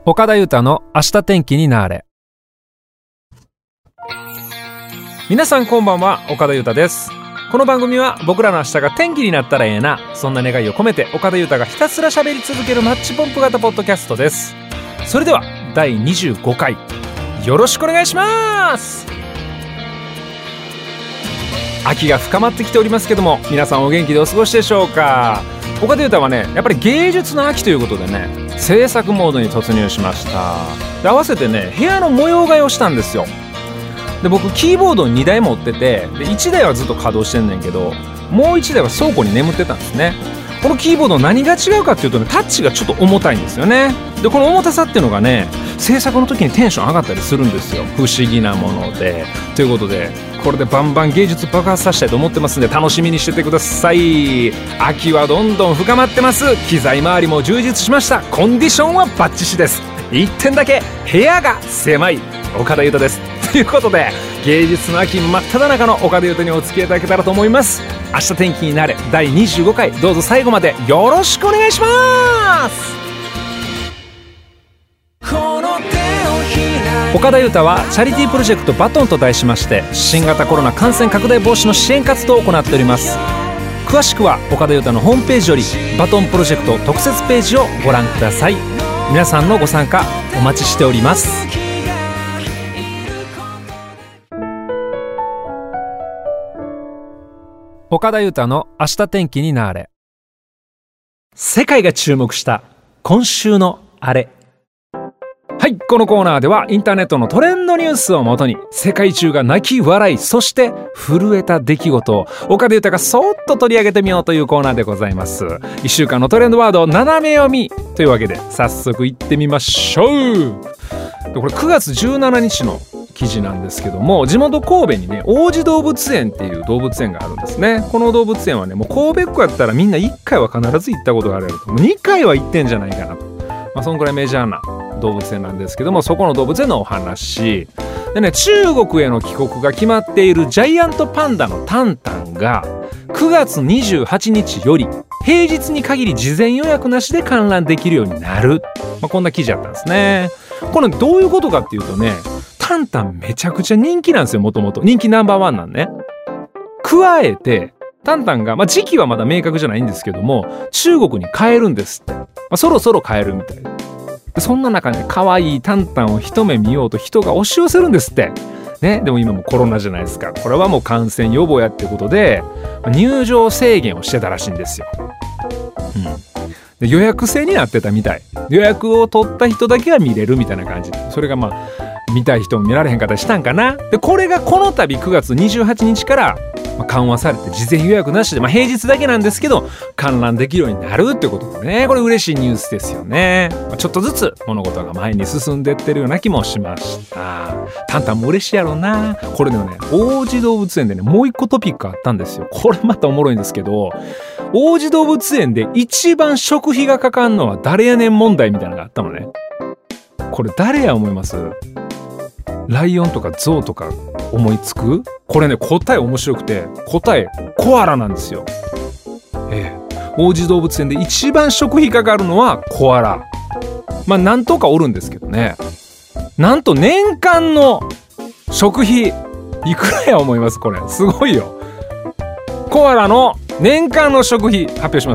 岡田裕太の明日天気になーれ。皆さんこんばんは、岡田裕太です。この番組は僕らの明日が天気になったらええな、そんな願いを込めて岡田裕太がひたすら喋り続けるマッチポンプ型ポッドキャストです。それでは第25回よろしくお願いします。秋が深まってきておりますけども、皆さんお元気でお過ごしでしょうか。岡田裕太はね、やっぱり芸術の秋ということでね、制作モードに突入しました。で合わせてね、部屋の模様替えをしたんですよ。で僕キーボードを2台持ってて、で1台はずっと稼働してんねんけど、もう1台は倉庫に眠ってたんですね。このキーボード何が違うかっていうとね、タッチがちょっと重たいんですよね。でこの重たさっていうのがね、制作の時にテンション上がったりするんですよ。不思議なもので。ということでこれでバンバン芸術爆発させたいと思ってますんで、楽しみにしててください。秋はどんどん深まってます。機材周りも充実しました。コンディションはバッチシです。1点だけ部屋が狭い岡田裕太です。ということで芸術の秋真っ只中の岡田裕太にお付き合いいただけたらと思います。明日天気になれ第25回、どうぞ最後までよろしくお願いします。岡田裕太はチャリティープロジェクトバトンと題しまして、新型コロナ感染拡大防止の支援活動を行っております。詳しくは岡田裕太のホームページよりバトンプロジェクト特設ページをご覧ください。皆さんのご参加お待ちしております。岡田裕太の明日天気になーれ。世界が注目した今週のあれ。はい、このコーナーではインターネットのトレンドニュースをもとに世界中が泣き笑い、そして震えた出来事を岡田裕太がそっと取り上げてみようというコーナーでございます。1週間のトレンドワードを斜め読みというわけで早速いってみましょう。これ9月17日の記事なんですけども、地元神戸にね、王子動物園っていう動物園があるんですね。この動物園はね、もう神戸っ子やったらみんな1回は必ず行ったことがある。もう2回は行ってんじゃないかなと、そのくらいメジャーな動物園なんですけども、そこの動物園のお話でね、中国への帰国が決まっているジャイアントパンダのタンタンが9月28日より平日に限り事前予約なしで観覧できるようになる、こんな記事あったんですね。これどういうことかっていうとね、タンタンめちゃくちゃ人気なんですよ。もともと人気ナンバーワンなんね。加えてタンタンが、時期はまだ明確じゃないんですけども、中国に帰るんですって。そろそろ帰るみたいで、そんな中ね、可愛いタンタンを一目見ようと人が押し寄せるんですってね。でも今もコロナじゃないですか。これはもう感染予防やってことで入場制限をしてたらしいんですよ。で予約制になってたみたい。予約を取った人だけが見れるみたいな感じ。それが見たい人も見られへんかったりしたんかな。でこれがこの度9月28日から緩和されて、事前予約なしで、平日だけなんですけど観覧できるようになるってことでね、これ嬉しいニュースですよね。ちょっとずつ物事が前に進んでってるような気もしました。タンタンも嬉しいやろうな。これでもね、王子動物園でね、もう一個トピックあったんですよ。これまたおもろいんですけど、王子動物園で一番食費がかかんのは誰やねん問題みたいなのがあったのね。これ誰や思います？ライオンとかゾウとか思いつく？これね、答え面白くて、答えコアラなんですよ。王子動物園で一番食費かかるのはコアラ。なんとかおるんですけどね。なんと年間の食費いくらや思います？これすごいよ。コアラの年間の食費発表します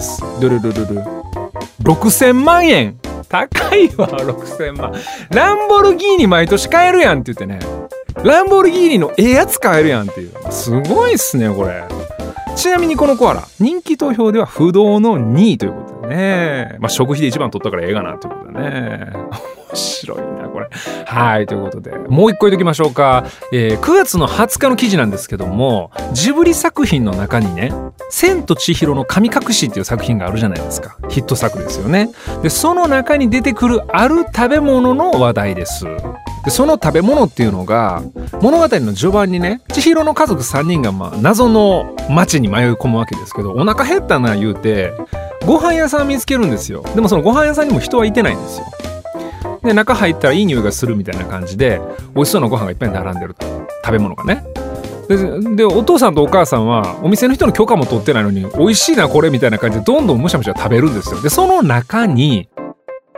。6000万円。高いわ、6000万。ランボルギーニ毎年買えるやんって言ってね、ランボルギーニのやつ買えるやんっていう、すごいっすねこれ。ちなみにこのコアラ人気投票では不動の2位ということでね、食費で一番取ったからがなということでね、面白いなこれ。はい、ということでもう一個言っときましょうか。9月の20日の記事なんですけども、ジブリ作品の中にね、千と千尋の神隠しっていう作品があるじゃないですか。ヒット作ですよね。でその中に出てくるある食べ物の話題です。でその食べ物っていうのが物語の序盤にね、千尋の家族3人が謎の町に迷い込むわけですけど、お腹減ったな言うてご飯屋さん見つけるんですよ。でもそのご飯屋さんにも人はいてないんですよ。で中入ったらいい匂いがするみたいな感じで、美味しそうなご飯がいっぱい並んでると、食べ物がね。でお父さんとお母さんはお店の人の許可も取ってないのに、美味しいなこれみたいな感じでどんどんむしゃむしゃ食べるんですよ。でその中に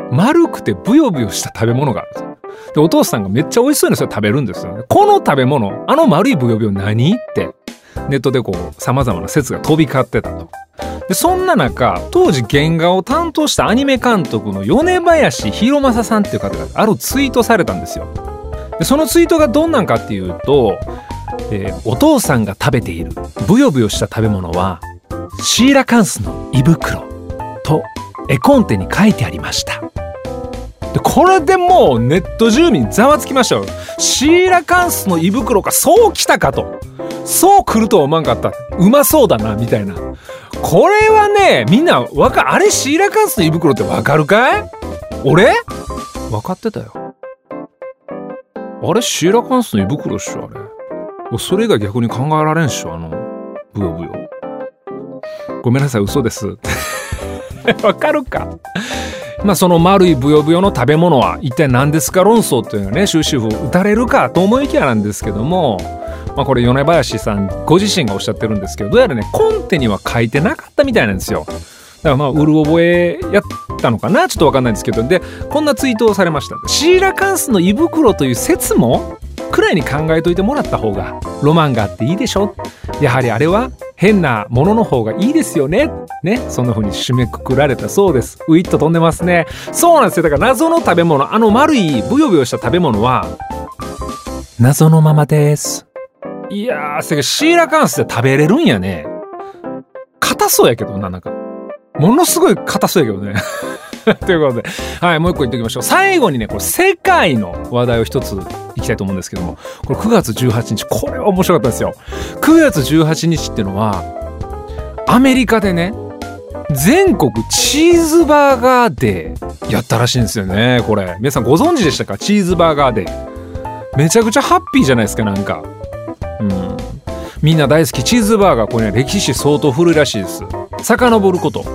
丸くてブヨブヨした食べ物があるんですよ。で、お父さんがめっちゃ美味しそうにそれ食べるんですよね。この食べ物、丸いブヨブヨ何ってネットで様々な説が飛び交ってたと。で、そんな中、当時原画を担当したアニメ監督の米林弘正さんっていう方があるツイートされたんですよ。で、そのツイートがどんなんかっていうと、お父さんが食べているブヨブヨした食べ物はシーラカンスの胃袋と絵コンテに書いてありました。で、これでもうネット住民ざわつきましたよ。シーラカンスの胃袋か、そうきたかと、そう来るとは思わんかった、うまそうだなみたいな。これはね、みんなあれシーラカンスの胃袋ってわかるかい？俺分かってたよ。あれシーラカンスの胃袋っしょ、あれ。それ以外逆に考えられんっしょ、ブヨブヨ。ごめんなさい、嘘です。わかるか？その丸いブヨブヨの食べ物は一体何ですか論争っていうのがね、終止符打たれるかと思いきやなんですけども、これ米林さんご自身がおっしゃってるんですけど、どうやらね、コンテには書いてなかったみたいなんですよ。だからうる覚えやったのかな、ちょっとわかんないんですけど、で、こんなツイートをされました。シーラカンスの胃袋という説もくらいに考えといてもらった方がロマンがあっていいでしょ。やはりあれは変なものの方がいいですよね。ね、そんな風に締めくくられたそうです。ウィッと飛んでますね。そうなんですよ。だから謎の食べ物、丸いブヨブヨした食べ物は謎のままです。いやー、シーラカンスで食べれるんやね。硬そうやけどな、なんかものすごい硬そうやけどね。ということで、はい、もう一個言っておきましょう。最後にね、これ世界の話題を一ついきたいと思うんですけども、これ9月18日、これは面白かったですよ。9月18日っていうのはアメリカでね、全国チーズバーガーデーやったらしいんですよね。これ皆さんご存知でしたか？チーズバーガーデー、めちゃくちゃハッピーじゃないですか。なんかみんな大好きチーズバーガー、これね、歴史相当古いらしいです。遡ること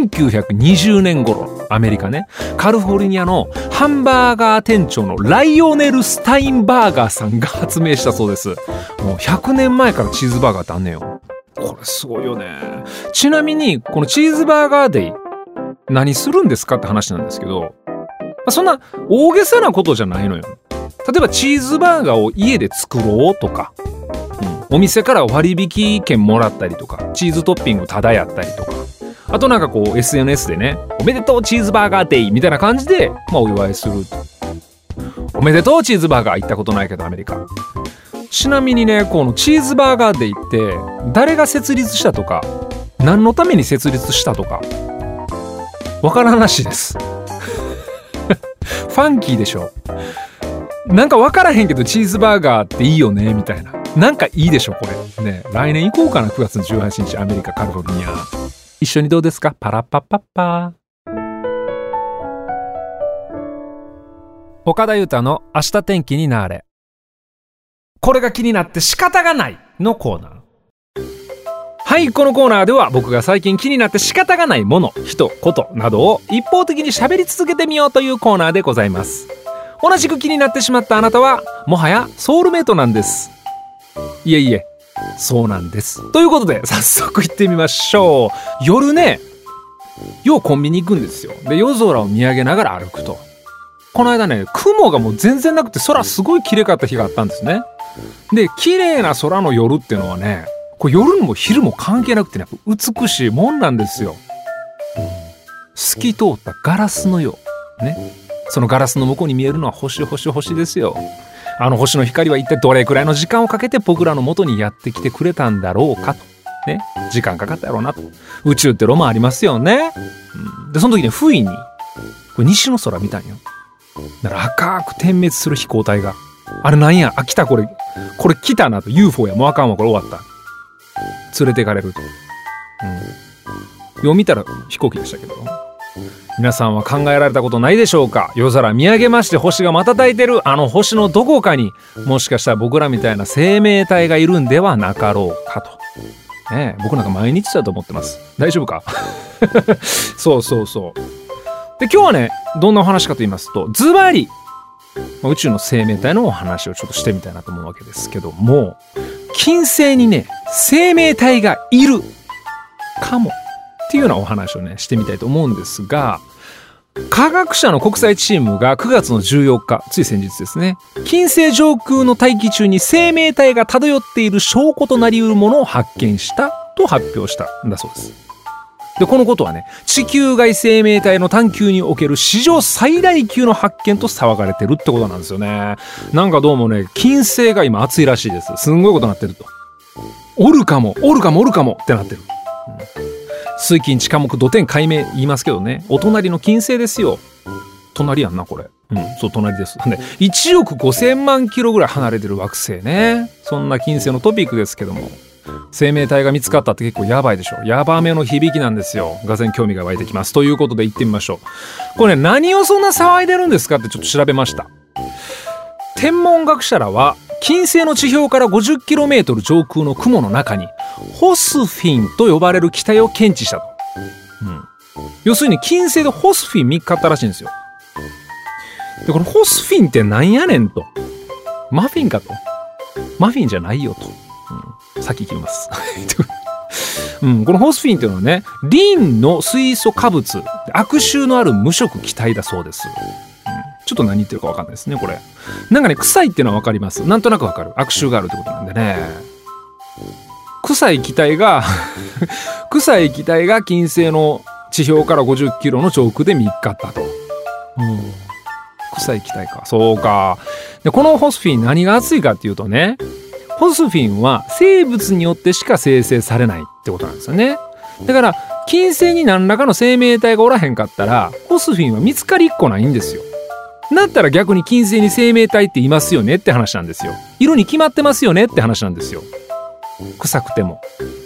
1920年頃、アメリカね、カリフォルニアのハンバーガー店長のライオネル・スタインバーガーさんが発明したそうです。もう100年前からチーズバーガーってあんねんよ。これすごいよね。ちなみにこのチーズバーガーデイ何するんですかって話なんですけど、そんな大げさなことじゃないのよ。例えばチーズバーガーを家で作ろうとか、お店から割引券もらったりとか、チーズトッピングタダやったりとか、あとなんかSNS でね、おめでとうチーズバーガーデイみたいな感じで、お祝いする。おめでとうチーズバーガー、行ったことないけどアメリカ。ちなみにね、このチーズバーガーデイって誰が設立したとか、何のために設立したとかわからんらしいです。ファンキーでしょ。なんかわからへんけどチーズバーガーっていいよねみたいな、なんかいいでしょこれね。来年行こうかな。9月18日アメリカカリフォルニア、一緒にどうですか？パラッパッパッパー。岡田裕太の明日天気になれ。これが気になって仕方がないのコーナー。はい、このコーナーでは僕が最近気になって仕方がないもの、人、ことなどを一方的に喋り続けてみようというコーナーでございます。同じく気になってしまったあなたはもはやソウルメイトなんです。いえいえ、そうなんです。ということで早速行ってみましょう。夜ね、ようコンビニ行くんですよ。で、夜空を見上げながら歩くと、この間ね、雲がもう全然なくて空すごい綺麗かった日があったんですね。で、綺麗な空の夜っていうのはね、これ夜も昼も関係なくてね、美しいもんなんですよ。透き通ったガラスのようね。そのガラスの向こうに見えるのは星星星ですよ。あの星の光は一体どれくらいの時間をかけて僕らの元にやってきてくれたんだろうかとね。時間かかったやろうなと。宇宙ってロマンありますよね。で、その時に不意にこれ西の空見たんよ。だから赤く点滅する飛行体が、あれなんや、来た、これ来たなと。 UFO や、もうあかんわ、これ終わった。連れてかれると。よう見たら飛行機でしたけど、皆さんは考えられたことないでしょうか？夜空見上げまして星が瞬いてるあの星のどこかに、もしかしたら僕らみたいな生命体がいるんではなかろうかと。ねえ、僕なんか毎日だと思ってます。大丈夫か？そうそうそう。で、今日はね、どんなお話かと言いますと、ズバリ宇宙の生命体のお話をちょっとしてみたいなと思うわけですけども、金星にね、生命体がいるかもっていうようなお話をね、してみたいと思うんですが、 科学者の国際チームが9月の14日、つい先日ですね、金星上空の大気中に生命体が漂っている証拠となり得るものを発見したと発表したんだそうです。で、このことはね、地球外生命体の探求における史上最大級の発見と騒がれてるってことなんですよね。なんかどうもね、金星が今熱いらしいです。すんごいことになってると。おるかもってなってる。水金地火木土天海明言いますけどね、お隣の金星ですよ。隣やんなこれ。そう隣です。で、1億5000万キロぐらい離れてる惑星ね。そんな金星のトピックですけども、生命体が見つかったって結構やばいでしょ。やばめの響きなんですよ。がぜん興味が湧いてきます。ということで行ってみましょう。これね、何をそんな騒いでるんですかってちょっと調べました。天文学者らは金星の地表から 50km 上空の雲の中にホスフィンと呼ばれる気体を検知したと。要するに金星でホスフィン見っかったらしいんですよ。で、このホスフィンってなんやねんと。マフィンかと。マフィンじゃないよと。先切ります。このホスフィンっていうのはね、リンの水素化物、悪臭のある無色気体だそうです。ちょっと何言ってるか分かんないですね、これ。なんかね、臭いっていうのは分かります。なんとなく分かる。悪臭があるってことなんでね。臭い気体が金星の地表から50キロの上空で見っかったと。臭い気体か。そうか。で、このホスフィン何が熱いかっていうとね、ホスフィンは生物によってしか生成されないってことなんですよね。だから金星に何らかの生命体がおらへんかったらホスフィンは見つかりっこないんですよ。だったら逆に金星に生命体っていますよねって話なんですよ。色に決まってますよねって話なんですよ。臭くても。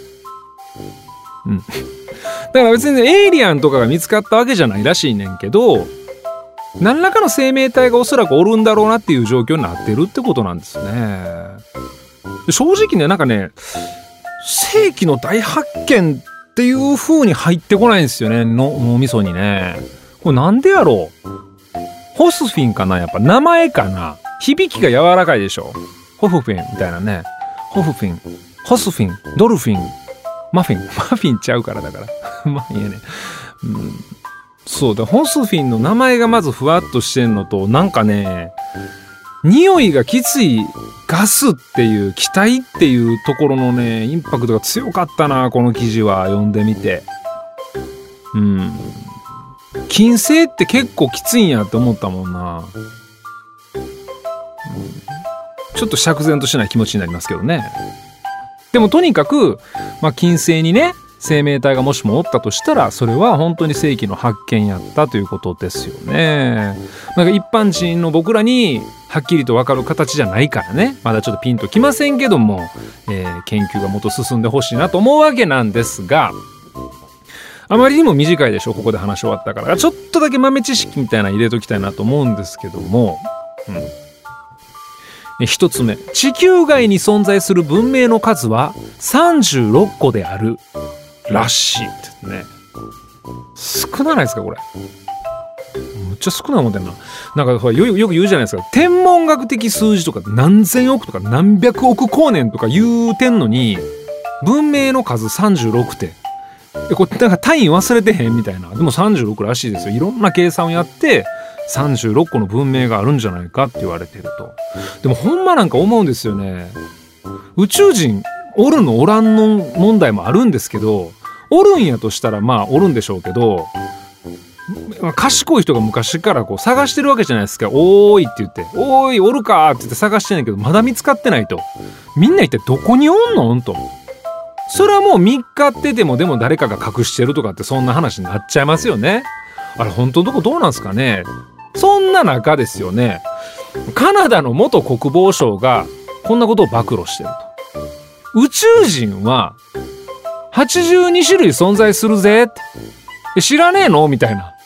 だから別にエイリアンとかが見つかったわけじゃないらしいねんけど、何らかの生命体がおそらくおるんだろうなっていう状況になってるってことなんですね。正直ね、なんかね、世紀の大発見っていう風に入ってこないんですよね、脳みそにね。これなんでやろう。ホスフィンかな、やっぱ名前かな。響きが柔らかいでしょ。ホフフィンみたいなね。ホフフィン、ホスフィン、ドルフィン、マフィンちゃうからだからまあいいやね。そうだ、ホスフィンの名前がまずふわっとしてんのと、なんかね、匂いがきついガスっていう気体っていうところのね、インパクトが強かったな、この記事は読んでみて。金星って結構きついんやって思ったもんな。ちょっと釈然としない気持ちになりますけどね。でもとにかく、金星にね、生命体がもしもおったとしたら、それは本当に世紀の発見やったということですよね。なんか一般人の僕らにはっきりと分かる形じゃないからね、まだちょっとピンときませんけども、研究がもっと進んでほしいなと思うわけなんですが、あまりにも短いでしょ、ここで話し終わったから。ちょっとだけ豆知識みたいなの入れときたいなと思うんですけども、一つ目、地球外に存在する文明の数は36個であるらしいってね。少ないですかこれ。めっちゃ少ないもんだよな。なんかよく言うじゃないですか。天文学的数字とか何千億とか何百億光年とか言うてんのに、文明の数36ってこれなんか単位忘れてへんみたいな。でも36らしいですよ。いろんな計算をやって36個の文明があるんじゃないかって言われてると。でもほんまなんか思うんですよね。宇宙人おるのおらんの問題もあるんですけど、おるんやとしたらおるんでしょうけど、賢い人が昔からこう探してるわけじゃないですか。おーいって言って、おーいおるかって言って探してんねんけど、まだ見つかってないと。みんな一体どこにおんのと。それはもう見っかってても、でも誰かが隠してるとかってそんな話になっちゃいますよね。あれ本当のとこどうなんすかね。そんな中ですよね、カナダの元国防相がこんなことを暴露してると。宇宙人は82種類存在するぜって。知らねえのみたいな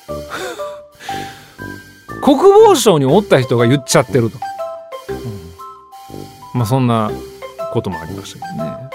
国防省におった人が言っちゃってると、そんなこともありましたけどね。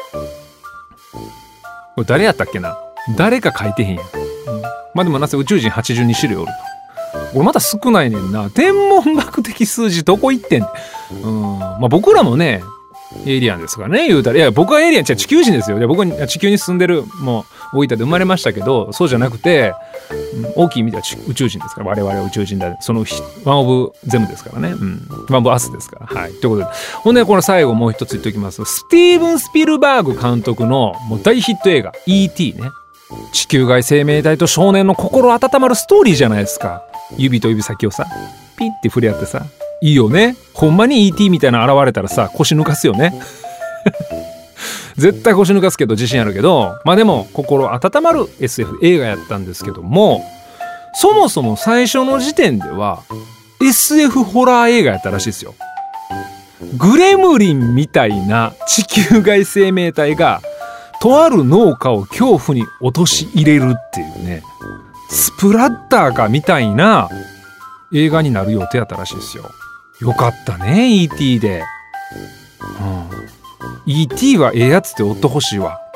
これ誰やったっけな。誰か書いてへんやん、でもなぜ宇宙人82種類おると。これまた少ないねんな。天文学的数字どこ行ってん。僕らもねエイリアンですからね、言うたら。いや僕はエイリアン、地球人ですよ。僕は地球に住んでる、もう大分で生まれましたけど、そうじゃなくて大きい意味では宇宙人ですから、我々は宇宙人だ、そのワンオブゼムですからね、ワンオブアスですから。はい、ということで、ほんでこれ最後もう一つ言っておきます。スティーブン・スピルバーグ監督のもう大ヒット映画 E.T. ね。地球外生命体と少年の心温まるストーリーじゃないですか。指と指先をさピッて触れ合ってさ、いいよね。ほんまに E.T. みたいなの現れたらさ、腰抜かすよね絶対腰抜かすけど、自信あるけど、まあでも心温まる SF 映画やったんですけども、そもそも最初の時点では SF ホラー映画やったらしいですよ。グレムリンみたいな地球外生命体がとある農家を恐怖に陥れるっていうね、スプラッターかみたいな映画になる予定やったらしいですよ。よかったね E.T. で、E.T. はええやつって追ってほしいわ。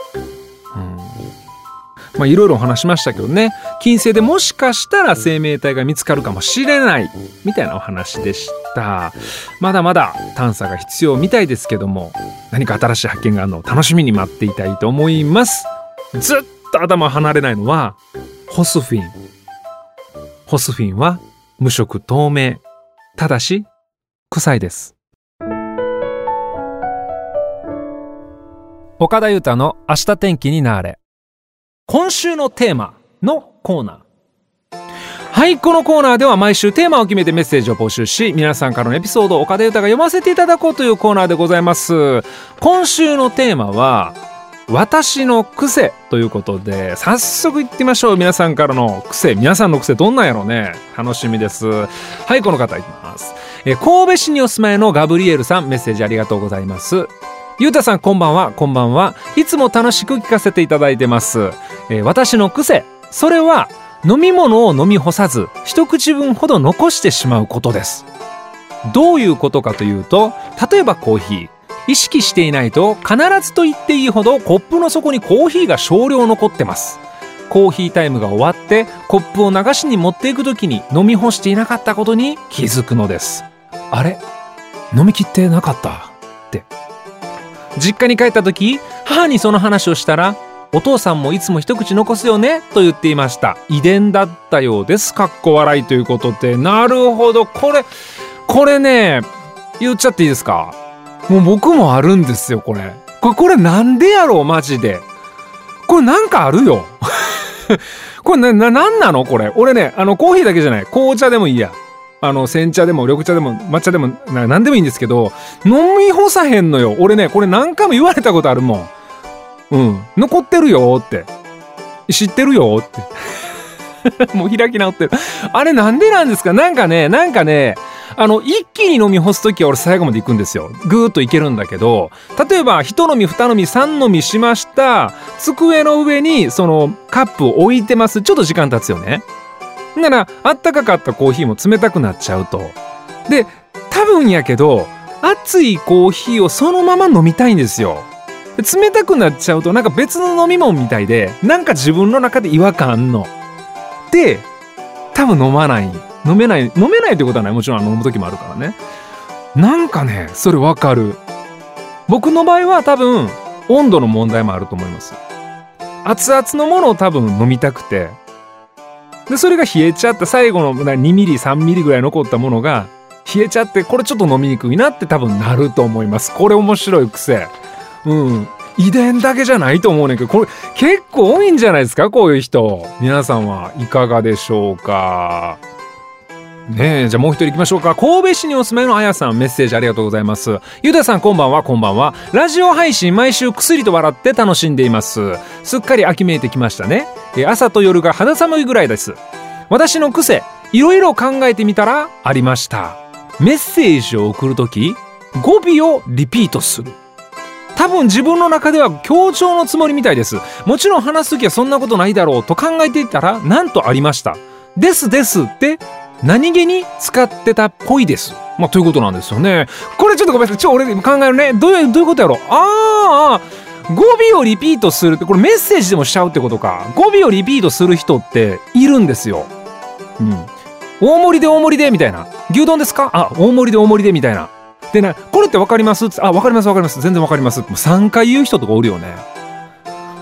まあいろいろ話しましたけどね、金星でもしかしたら生命体が見つかるかもしれないみたいなお話でした。まだまだ探査が必要みたいですけども、何か新しい発見があるのを楽しみに待っていたいと思います。ずっと頭離れないのはホスフィン。ホスフィンは無色透明、ただし臭いです。岡田裕太の明日天気になれ。今週のテーマのコーナー。はい、このコーナーでは毎週テーマを決めてメッセージを募集し、皆さんからのエピソードを岡田裕太が読ませていただこうというコーナーでございます。今週のテーマは私の癖ということで、早速いってみましょう。皆さんからの癖、皆さんの癖どんなんやろうね。楽しみです。はい、この方いきます。神戸市にお住まいのガブリエルさん、メッセージありがとうございます。ゆうたさん、こんばんは。こんばんは。いつも楽しく聞かせていただいてます。私の癖、それは飲み物を飲み干さず一口分ほど残してしまうことです。どういうことかというと、例えばコーヒー、意識していないと必ずと言っていいほどコップの底にコーヒーが少量残ってます。コーヒータイムが終わってコップを流しに持っていくときに飲み干していなかったことに気づくのです。あれ、飲み切ってなかったって。実家に帰った時、母にその話をしたら、お父さんもいつも一口残すよねと言っていました。遺伝だったようです。かっこ笑いということで。なるほど。これね、言っちゃっていいですか？もう僕もあるんですよ、これ。これなんでやろう、マジで。これなんかあるよ。これなんなのこれ。俺ね、コーヒーだけじゃない。紅茶でもいいや。煎茶でも緑茶でも抹茶でもなんでもいいんですけど、飲み干さへんのよ。俺ね、これ何回も言われたことあるもん。残ってるよって。知ってるよって。もう開き直ってる。あれなんでなんですか？なんかね、一気に飲み干すときは俺最後まで行くんですよ。ぐーっといけるんだけど、例えば一飲み二飲み三飲みしました。机の上にそのカップを置いてます。ちょっと時間経つよね。ならあったかかったコーヒーも冷たくなっちゃうと。で、多分やけど熱いコーヒーをそのまま飲みたいんですよ。冷たくなっちゃうとなんか別の飲み物みたいで、なんか自分の中で違和感あんので、多分飲めないってことはない。もちろん飲む時もあるからね。なんかね、それわかる。僕の場合は多分温度の問題もあると思います。熱々のものを多分飲みたくて、でそれが冷えちゃった最後の2ミリ3ミリぐらい残ったものが冷えちゃって、これちょっと飲みにくいなって多分なると思います。これ面白い癖。遺伝だけじゃないと思うねんけど、これ結構多いんじゃないですか、こういう人。皆さんはいかがでしょうかね。じゃあもう一人行きましょうか。神戸市にお住まいのあやさん、メッセージありがとうございます。ゆうたさん、こんばんは。こんばんは。ラジオ配信毎週薬と笑って楽しんでいます。すっかり秋めいてきましたね。朝と夜が肌寒いぐらいです。私の癖、いろいろ考えてみたらありました。メッセージを送るとき語尾をリピートする。多分自分の中では強調のつもりみたいです。もちろん話すときはそんなことないだろうと考えていたら、なんとありました。ですって何気に使ってたっぽいです。ということなんですよね。これちょっとごめんなさい。俺考えるね。どういうことやろう。語尾をリピートするって、これメッセージでもしちゃうってことか。語尾をリピートする人っているんですよ。大盛りでみたいな。牛丼ですか？大盛りでみたいな。でね、これってわかります？わかります。全然わかります。もう3回言う人とかおるよね。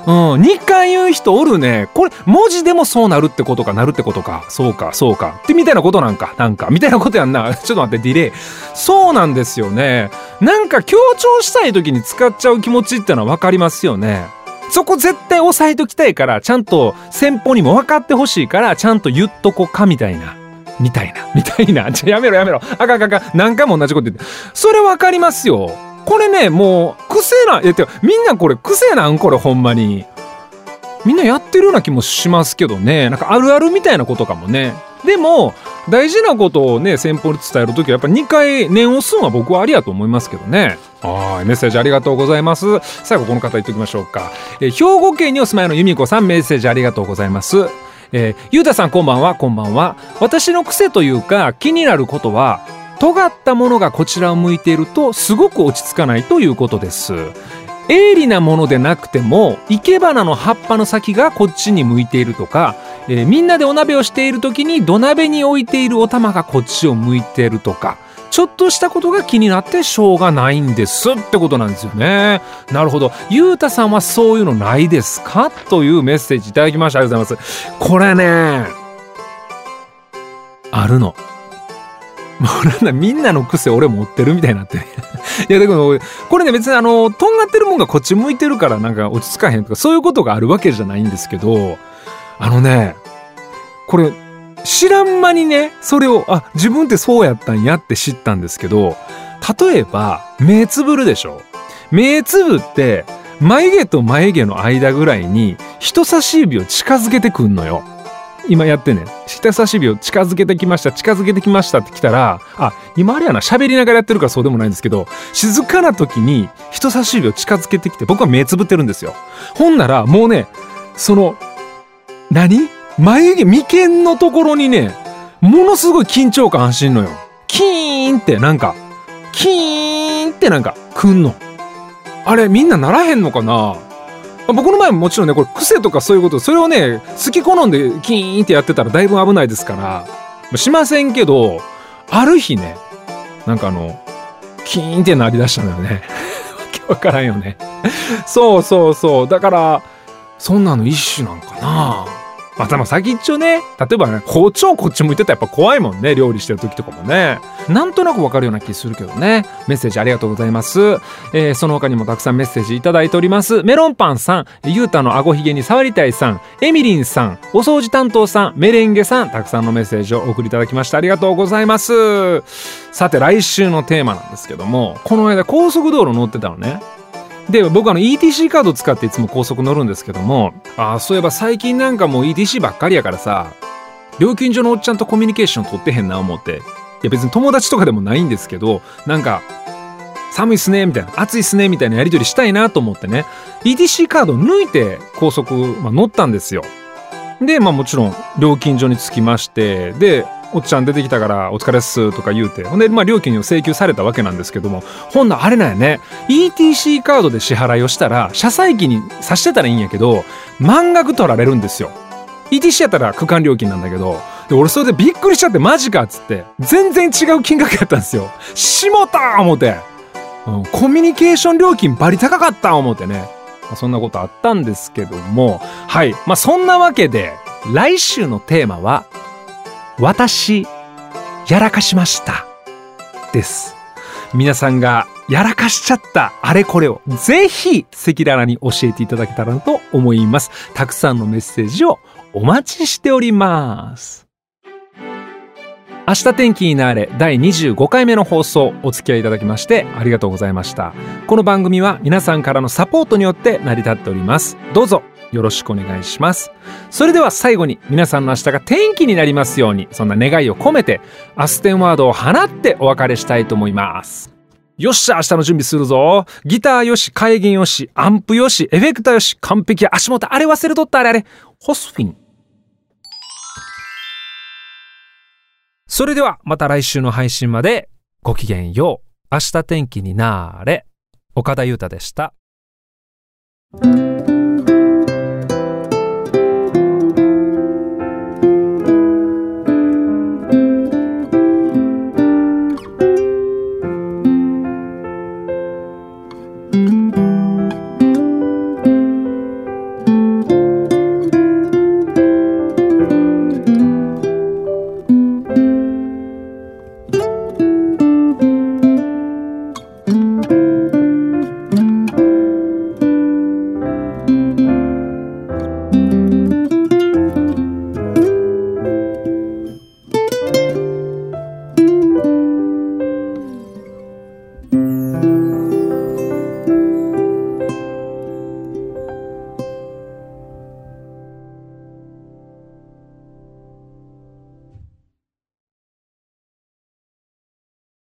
2回言う人おるね。これ文字でもそうなるってことか、なるってことか。そうかってみたいなことなんかみたいなことやんな。ちょっと待って、ディレイ。そうなんですよね。なんか強調したい時に使っちゃう気持ちってのは分かりますよね。そこ絶対押さえときたいから、ちゃんと先方にも分かってほしいから、ちゃんと言っとこかみたいな。やめろ。あかん。何回も同じこと言って。それ分かりますよ。これね、もう癖みんなこれ癖なんこれほんまに。みんなやってるような気もしますけどね。なんかあるあるみたいなことかもね。でも大事なことをね、先方に伝えるときはやっぱ2回念を押すのは僕はありやと思いますけどね。はい、メッセージありがとうございます。最後この方言っておきましょうか。兵庫県にお住まいの由美子さん、メッセージありがとうございます。ゆうたさんこんばんは。私の癖というか気になることは、尖ったものがこちらを向いているとすごく落ち着かないということです。鋭利なものでなくても生け花の葉っぱの先がこっちに向いているとか、みんなでお鍋をしている時に土鍋に置いているお玉がこっちを向いているとか、ちょっとしたことが気になってしょうがないんですってことなんですよね。なるほど。ゆうたさんはそういうのないですかというメッセージいただきました。ありがとうございます。これね、あるの。もうなんだ、みんなの癖俺持ってるみたいになってね。いやでもこれね、別にとんがってるもんがこっち向いてるからなんか落ち着かへんとかそういうことがあるわけじゃないんですけど、これ知らん間にね、それを自分ってそうやったんやって知ったんですけど、例えば目つぶるでしょ。目つぶって眉毛と眉毛の間ぐらいに人差し指を近づけてくんのよ。今やってね、人差し指を近づけてきましたって来たら、今あれやな、喋りながらやってるからそうでもないんですけど、静かな時に人差し指を近づけてきて、僕は目つぶってるんですよ。ほんならもうね、眉毛、眉間のところにね、ものすごい緊張感走んのよ。キーンってなんかくんの。あれみんなならへんのかな。僕の前ももちろんね、これ癖とかそういうこと、それをね好き好んでキーンってやってたらだいぶ危ないですからしませんけど、ある日ね、なんかキーンってなりだしたのよね。わけわからんよね。そうだからそんなの一種なんかな。先っちょね、例えばね、包丁こっち向いてたらやっぱ怖いもんね、料理してる時とかもね。なんとなくわかるような気するけどね。メッセージありがとうございます。その他にもたくさんメッセージいただいております。メロンパンさん、ゆうたのあごひげに触りたいさん、エミリンさん、お掃除担当さん、メレンゲさん、たくさんのメッセージをお送りいただきました。ありがとうございます。さて来週のテーマなんですけども、この間高速道路乗ってたのね。で、僕ETC カード使っていつも高速乗るんですけども、そういえば最近なんかもう ETC ばっかりやからさ、料金所のおっちゃんとコミュニケーション取ってへんな思って。いや別に友達とかでもないんですけど、なんか寒いっすねみたいな、暑いっすねみたいなやり取りしたいなと思ってね、ETC カード抜いて高速、乗ったんですよ。で、もちろん料金所に着きまして、でおっちゃん出てきたからお疲れっすとか言うて、ほんで料金を請求されたわけなんですけども、ほんなあれなんやね、 ETC カードで支払いをしたら車載機に挿してたらいいんやけど満額取られるんですよ。 ETC やったら区間料金なんだけど、で俺それでびっくりしちゃって、マジかっつって全然違う金額やったんですよ。しもた思って、コミュニケーション料金バリ高かった思ってね、そんなことあったんですけども、はい、そんなわけで来週のテーマは私やらかしましたです。皆さんがやらかしちゃったあれこれをぜひ赤裸々に教えていただけたらと思います。たくさんのメッセージをお待ちしております。明日天気になれ第25回目の放送、お付き合いいただきましてありがとうございました。この番組は皆さんからのサポートによって成り立っております。どうぞよろしくお願いします。それでは最後に皆さんの明日が天気になりますように、そんな願いを込めてアステンワードを放ってお別れしたいと思います。よっしゃ、明日の準備するぞ。ギターよし、怪弦よし、アンプよし、エフェクターよし、完璧。足元あれ忘れとった、あれホスフィン。それではまた来週の配信までごきげんよう。明日天気になーれ。岡田裕太でした。